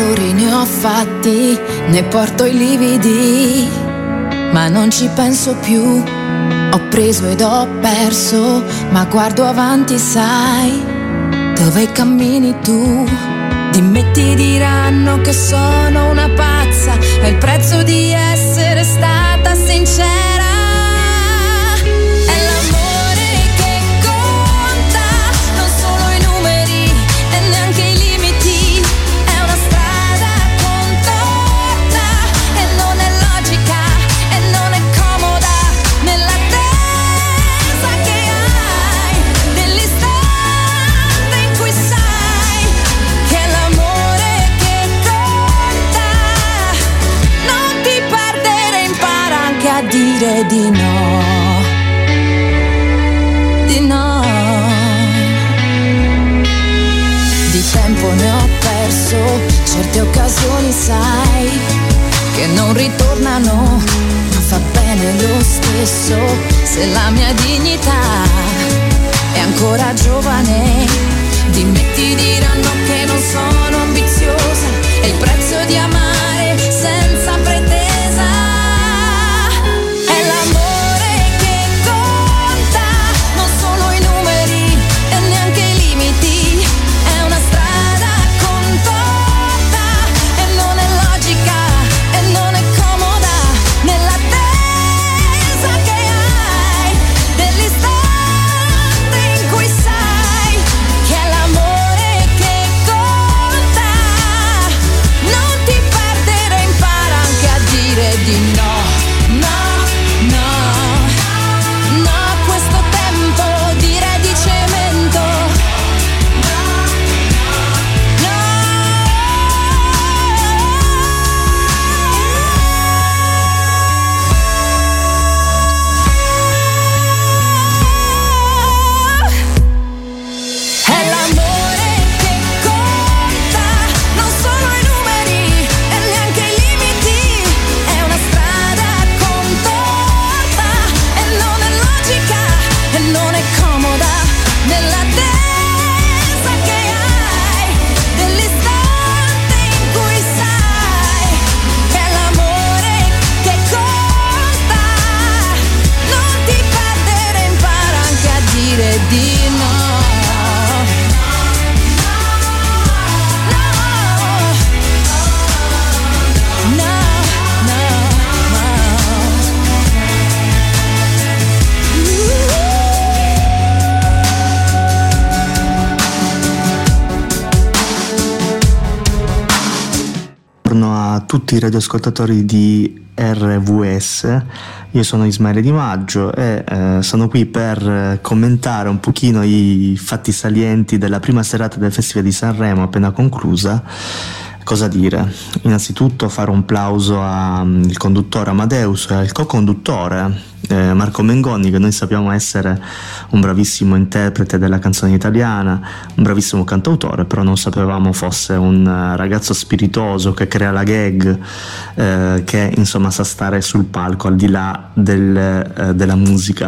errori ne ho fatti, ne porto i lividi, ma non ci penso più. Ho preso ed ho perso, ma guardo avanti, sai, dove cammini tu? Dimmi, ti diranno che sono una pazza, è il prezzo di essere stata sincera. È l'amore che conta, non solo i numeri e neanche i limiti. È una strada contorta e non è logica e non è comoda nell'attesa che hai dell'istante in cui sai che è l'amore che conta. Non ti perdere, impara anche a dire di no, di no. Di tempo ne ho perso, certe occasioni sai che non ritornano, ma fa bene lo stesso se la mia dignità è ancora giovane. Dimmi, ti diranno che non sono ambiziosa, è il prezzo di amare senza pretesa. È l'amore che conta, non solo i numeri e neanche i limiti. È una strada contorta e non è logica e non è comoda nell'attesa che hai dell'istante in cui sai che è l'amore che conta. Non ti perdere, impara anche a dire di no. No, no, no, questo tempo direi di cemento. È l'amore che conta, non solo i numeri e neanche i limiti. È una strada contorta e non è logica e non è comoda nell'attesa che hai dell'istante in cui sai che è l'amore che conta. Non ti perdere, impara anche a dire di no. Buongiorno a tutti i radioascoltatori di RVS, io sono Ismaele Di Maggio e sono qui per commentare un pochino i fatti salienti della prima serata del Festival di Sanremo appena conclusa. Cosa dire? Innanzitutto fare un plauso al conduttore Amadeus e al co-conduttore Marco Mengoni, che noi sappiamo essere un bravissimo interprete della canzone italiana, un bravissimo cantautore, però non sapevamo fosse un ragazzo spiritoso che crea la gag, che insomma sa stare sul palco al di là della musica.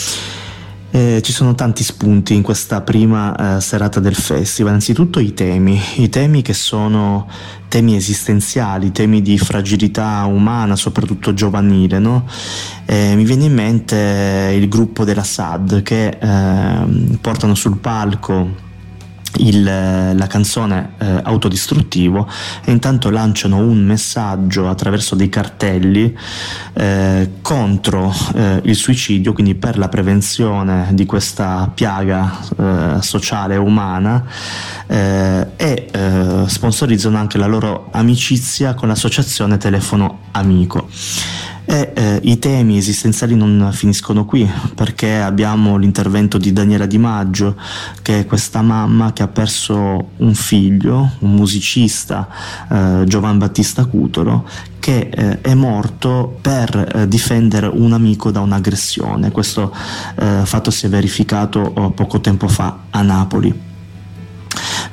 Ci sono tanti spunti in questa prima serata del festival. Innanzitutto i temi che sono temi esistenziali, temi di fragilità umana, soprattutto giovanile, no? Mi viene in mente il gruppo della SAD che portano sul palco la canzone Autodistruttivo e intanto lanciano un messaggio attraverso dei cartelli contro il suicidio, quindi per la prevenzione di questa piaga sociale umana, e sponsorizzano anche la loro amicizia con l'associazione Telefono Amico. E i temi esistenziali non finiscono qui, perché abbiamo l'intervento di Daniela Di Maggio, che è questa mamma che ha perso un figlio, un musicista, Giovan Battista Cutolo, che è morto per difendere un amico da un'aggressione. Questo fatto si è verificato poco tempo fa a Napoli.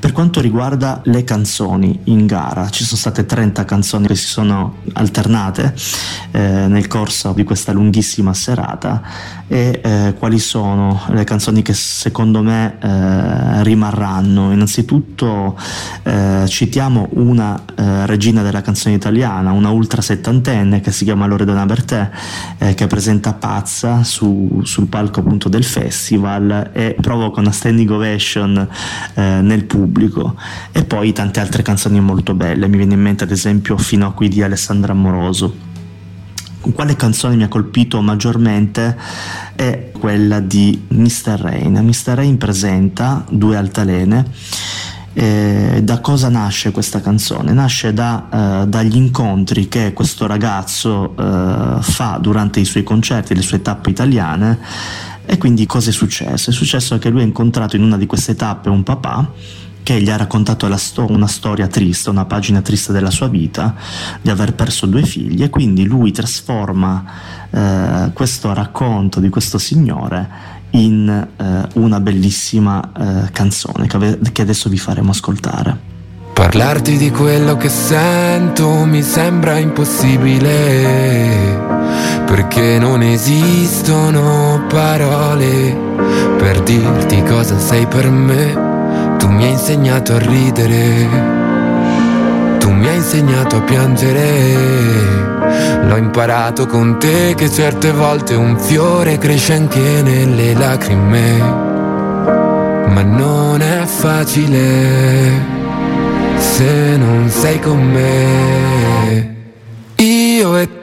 Per quanto riguarda le canzoni in gara, ci sono state 30 canzoni che si sono alternate nel corso di questa lunghissima serata, e quali sono le canzoni che secondo me rimarranno? Innanzitutto citiamo una regina della canzone italiana, una ultra settantenne che si chiama Loredana Bertè, che presenta Pazza sul palco appunto del festival e provoca una standing ovation nel pubblico. E poi tante altre canzoni molto belle, mi viene in mente ad esempio Fino a qui di Alessandra Amoroso. Quale canzone mi ha colpito maggiormente è quella di Mr. Rain. Mr. Rain presenta Due altalene. Da cosa nasce questa canzone? Nasce dagli incontri che questo ragazzo fa durante i suoi concerti, le sue tappe italiane. E quindi cosa è successo? È successo che lui ha incontrato in una di queste tappe un papà che gli ha raccontato una storia triste, una pagina triste della sua vita, di aver perso 2 figli, e quindi lui trasforma questo racconto di questo signore in una bellissima canzone che adesso vi faremo ascoltare. Parlarti di quello che sento mi sembra impossibile, perché non esistono parole per dirti cosa sei per me. Tu mi hai insegnato a ridere, tu mi hai insegnato a piangere. L'ho imparato con te che certe volte un fiore cresce anche nelle lacrime, ma non è facile se non sei con me. Io e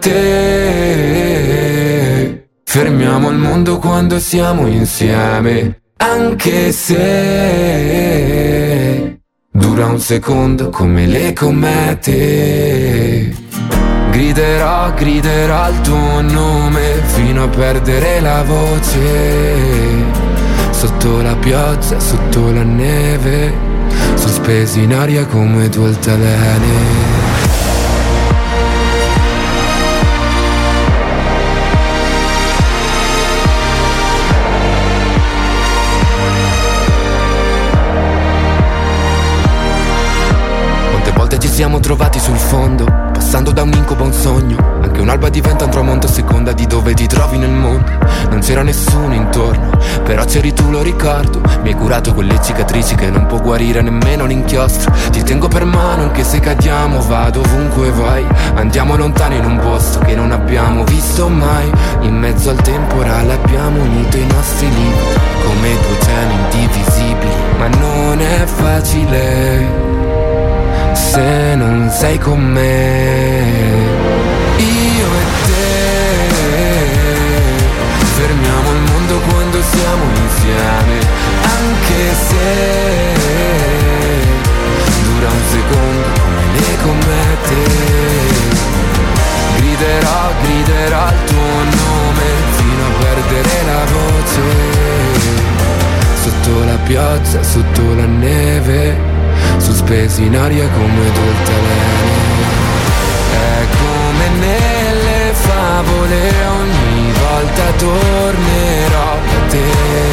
te fermiamo il mondo quando siamo insieme, anche se dura un secondo come le comete. Griderò il tuo nome fino a perdere la voce, sotto la pioggia, sotto la neve, sospesi in aria come 2 altalene. Ci siamo trovati sul fondo, passando da un incubo a un sogno. Anche un'alba diventa un tramonto a seconda di dove ti trovi nel mondo. Non c'era nessuno intorno, però c'eri tu, lo ricordo. Mi hai curato quelle cicatrici che non può guarire nemmeno l'inchiostro. Ti tengo per mano anche se cadiamo, vado ovunque vai. Andiamo lontano in un posto che non abbiamo visto mai. In mezzo al temporale abbiamo unito i nostri libri come 2 oceani indivisibili, ma non è facile se non sei con me. Io e te fermiamo il mondo quando siamo insieme, anche se dura un secondo come le comete. Griderò il tuo nome fino a perdere la voce, sotto la pioggia, sotto la neve, sospesi in aria come 2 altalene. È come nelle favole, ogni volta tornerò da te.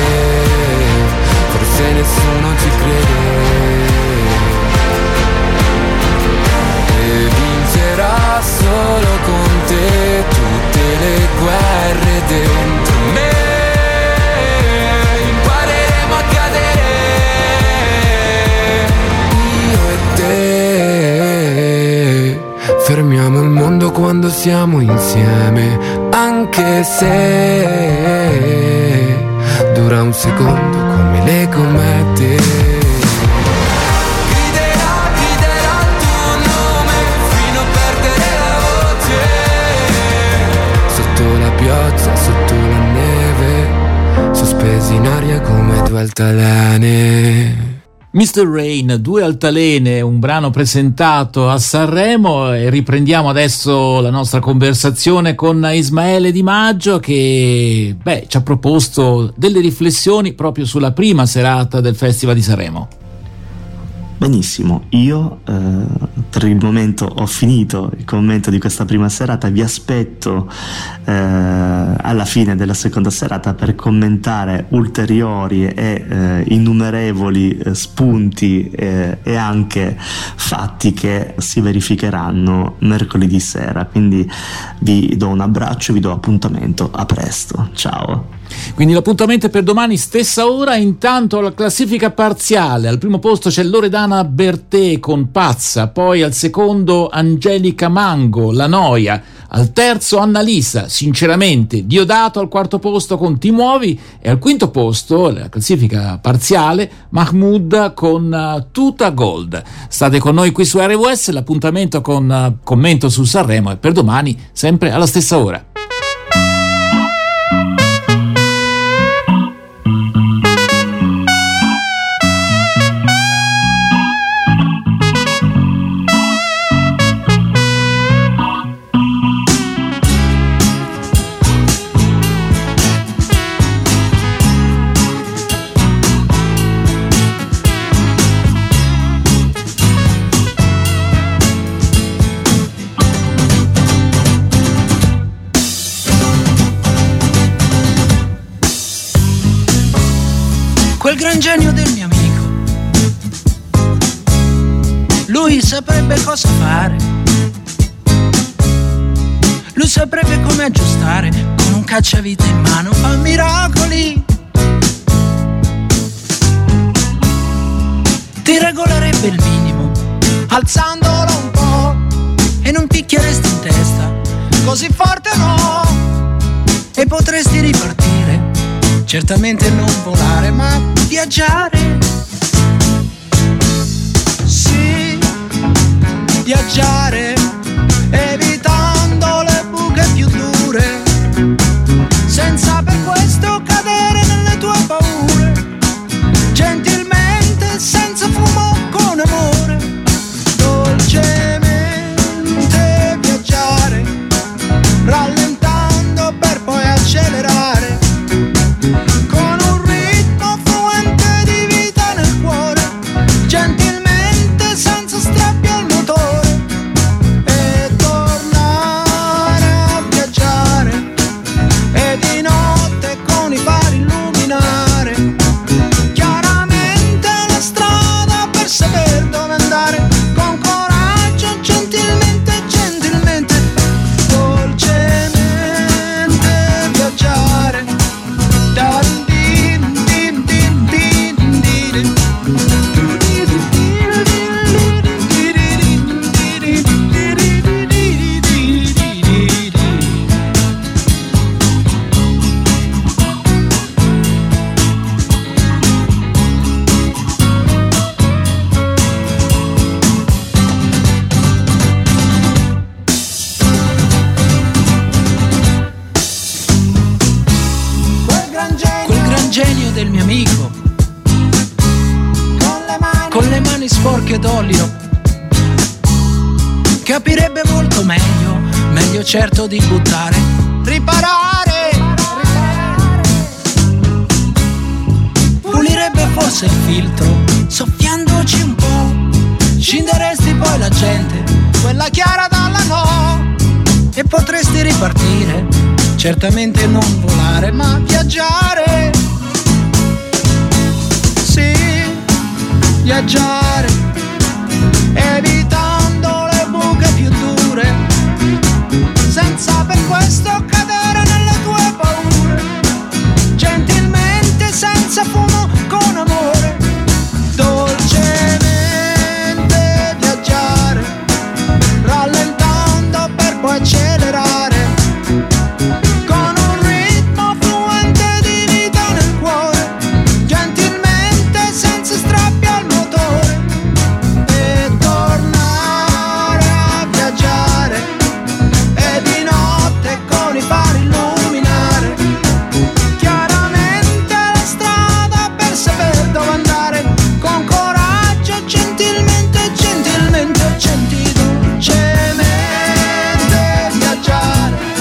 Forse nessuno ci crede e vincerò solo con te tutte le guerre dentro me. Impareremo a cadere, fermiamo il mondo quando siamo insieme, anche se dura un secondo come le comete. Griderò il tuo nome fino a perdere la voce, sotto la pioggia, sotto la neve, sospesi in aria come 2 altalene. Mr. Rain, 2 altalene, un brano presentato a Sanremo, e riprendiamo adesso la nostra conversazione con Ismaele Di Maggio che ci ha proposto delle riflessioni proprio sulla prima serata del Festival di Sanremo. Benissimo, io per il momento ho finito il commento di questa prima serata, vi aspetto alla fine della seconda serata per commentare ulteriori e innumerevoli spunti e anche fatti che si verificheranno mercoledì sera, quindi vi do un abbraccio e vi do appuntamento, a presto, ciao. Quindi l'appuntamento è per domani stessa ora. Intanto la classifica parziale: al primo posto c'è Loredana Bertè con Pazza, poi al secondo Angelica Mango, La Noia, al terzo Annalisa, Sinceramente, Diodato al quarto posto con Ti muovi, e al quinto posto, la classifica parziale, Mahmood con Tuta Gold. State con noi qui su RWS, l'appuntamento con commento su Sanremo è per domani sempre alla stessa ora. Quel gran genio del mio amico, lui saprebbe cosa fare, lui saprebbe come aggiustare, con un cacciavite in mano fa miracoli, ti regolerebbe il minimo alzandolo un po' e non picchieresti in testa così forte, no, e potresti ripartire, certamente non volare ma viaggiare, sì, viaggiare, evitando le buche più dure, senza per questo cadere nelle tue paure, gentilmente, senza fumo, con amore, dolcemente viaggiare, rallentando per poi accelerare, del mio amico, con le mani sporche d'olio, capirebbe molto meglio, meglio certo di buttare, riparare, pulirebbe forse il filtro, soffiandoci un po', scinderesti poi la gente, quella chiara dalla no, e potresti ripartire, certamente non volare ma viaggiare, viaggiare, evitando le buche più dure, senza per questo cadere nelle tue paure, gentilmente, senza fumo, con amore, dolcemente viaggiare, rallentando per poi accelerare, con un ritmo fluente di vita nel cuore, gentilmente, senza strappi al motore, e tornare a viaggiare, e di notte con i fari illuminare, chiaramente la strada per saper dove andare, con coraggio, gentilmente, gentilmente, dolcemente viaggiare.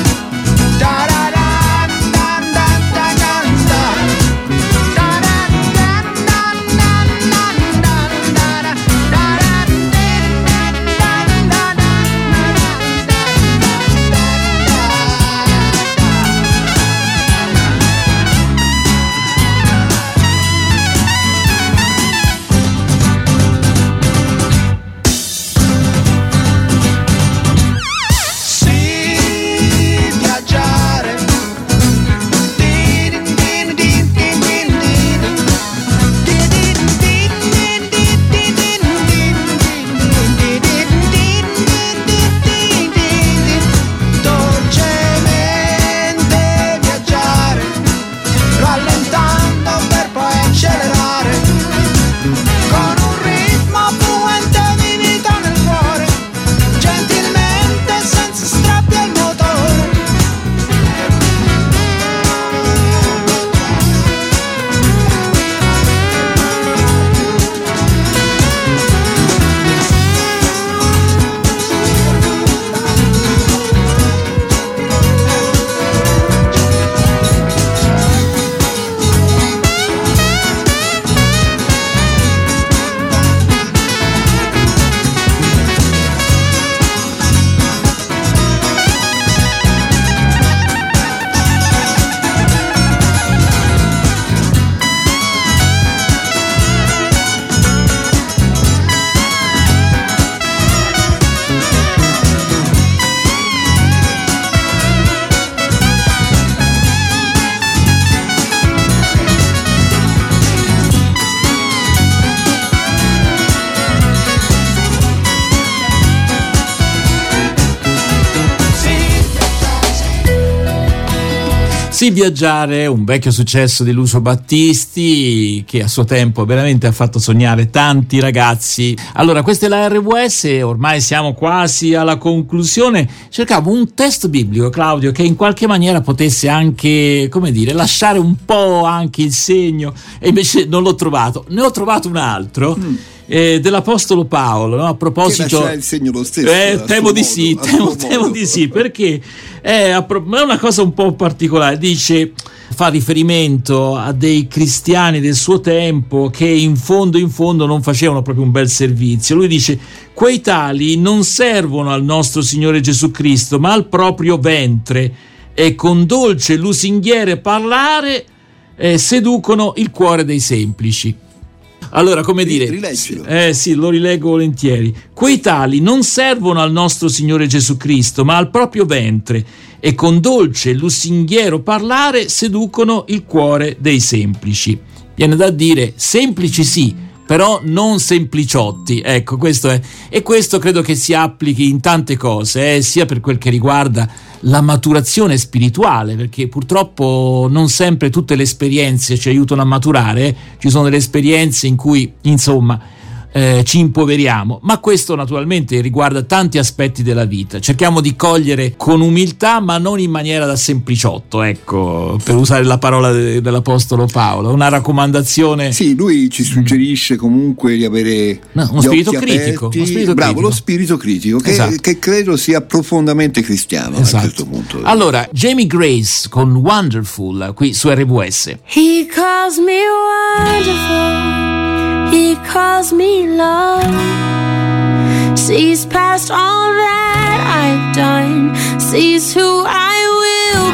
Sì, Viaggiare, un vecchio successo di Lucio Battisti che a suo tempo veramente ha fatto sognare tanti ragazzi. Allora, questa è la RWS, ormai siamo quasi alla conclusione. Cercavo un testo biblico, Claudio, che in qualche maniera potesse anche, come dire, lasciare un po' anche il segno, e invece non l'ho trovato. Ne ho trovato un altro. Dell'Apostolo Paolo, no? A proposito, che il segno lo stesso, temo di sì, perché è una cosa un po' particolare. Dice, fa riferimento a dei cristiani del suo tempo che in fondo non facevano proprio un bel servizio. Lui dice: quei tali non servono al nostro Signore Gesù Cristo, ma al proprio ventre, e con dolce lusinghiere parlare seducono il cuore dei semplici. Allora, come dire, rileggilo. Sì, lo rileggo volentieri. Quei tali non servono al nostro Signore Gesù Cristo, ma al proprio ventre, e con dolce lusinghiero parlare seducono il cuore dei semplici. Viene da dire semplici sì, però non sempliciotti. Ecco, questo è, e questo credo che si applichi in tante cose, sia per quel che riguarda la maturazione spirituale, perché purtroppo non sempre tutte le esperienze ci aiutano a maturare. Ci sono delle esperienze in cui, insomma, ci impoveriamo, ma questo naturalmente riguarda tanti aspetti della vita. Cerchiamo di cogliere con umiltà, ma non in maniera da sempliciotto, ecco, per usare la parola dell'Apostolo Paolo. Una raccomandazione. Sì, lui ci suggerisce comunque di avere uno spirito critico, lo spirito critico, che credo sia profondamente cristiano. Esatto. A questo punto. Allora, Jamie Grace con Wonderful qui su RWS. He calls me wonderful, he calls me love, sees past all that I've done, sees who I will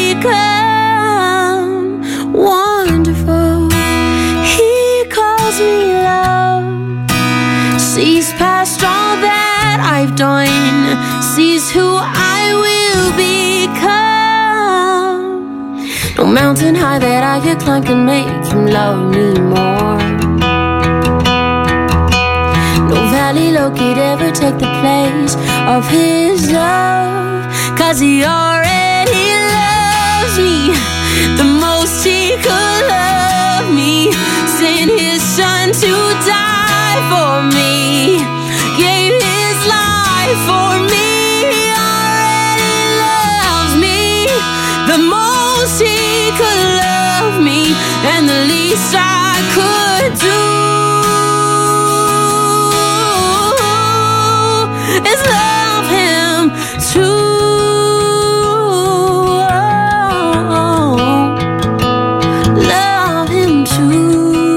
become. Wonderful, he calls me love, sees past all that I've done, sees who I will become. No mountain high that I could climb can make him love me more. Valley low could ever take the place of his love, 'cause he already loves me the most he could love me. Sent his son to die for me, gave his life for me. He already loves me the most he could love me, and the least I could do is love him too. Love him too.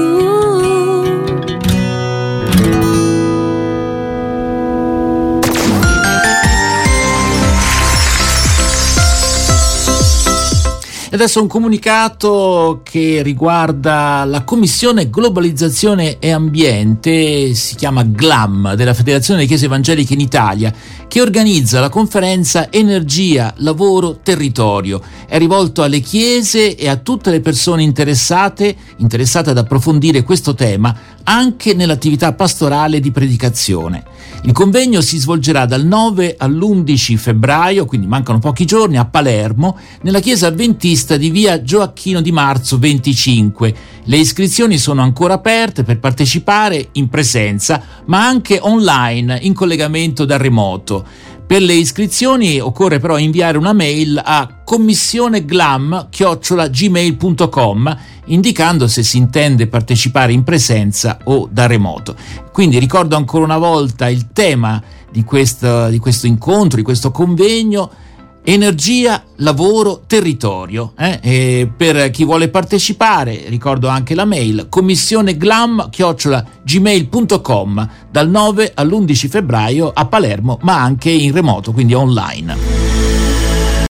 Adesso un comunicato che riguarda la Commissione Globalizzazione e Ambiente, si chiama GLAM, della Federazione delle Chiese Evangeliche in Italia, che organizza la conferenza Energia, Lavoro, Territorio. È rivolto alle chiese e a tutte le persone interessate ad approfondire questo tema anche nell'attività pastorale di predicazione. Il convegno si svolgerà dal 9 all'11 febbraio, quindi mancano pochi giorni, a Palermo, nella chiesa avventista di via Gioacchino di Marzo 25. Le iscrizioni sono ancora aperte per partecipare in presenza, ma anche online in collegamento da remoto. Per le iscrizioni occorre però inviare una mail a commissioneglam@gmail.com indicando se si intende partecipare in presenza o da remoto. Quindi ricordo ancora una volta il tema di questo incontro, di questo convegno: energia, lavoro, territorio. E per chi vuole partecipare, ricordo anche la mail commissioneglam@gmail.com dal 9 all'11 febbraio a Palermo, ma anche in remoto, quindi online.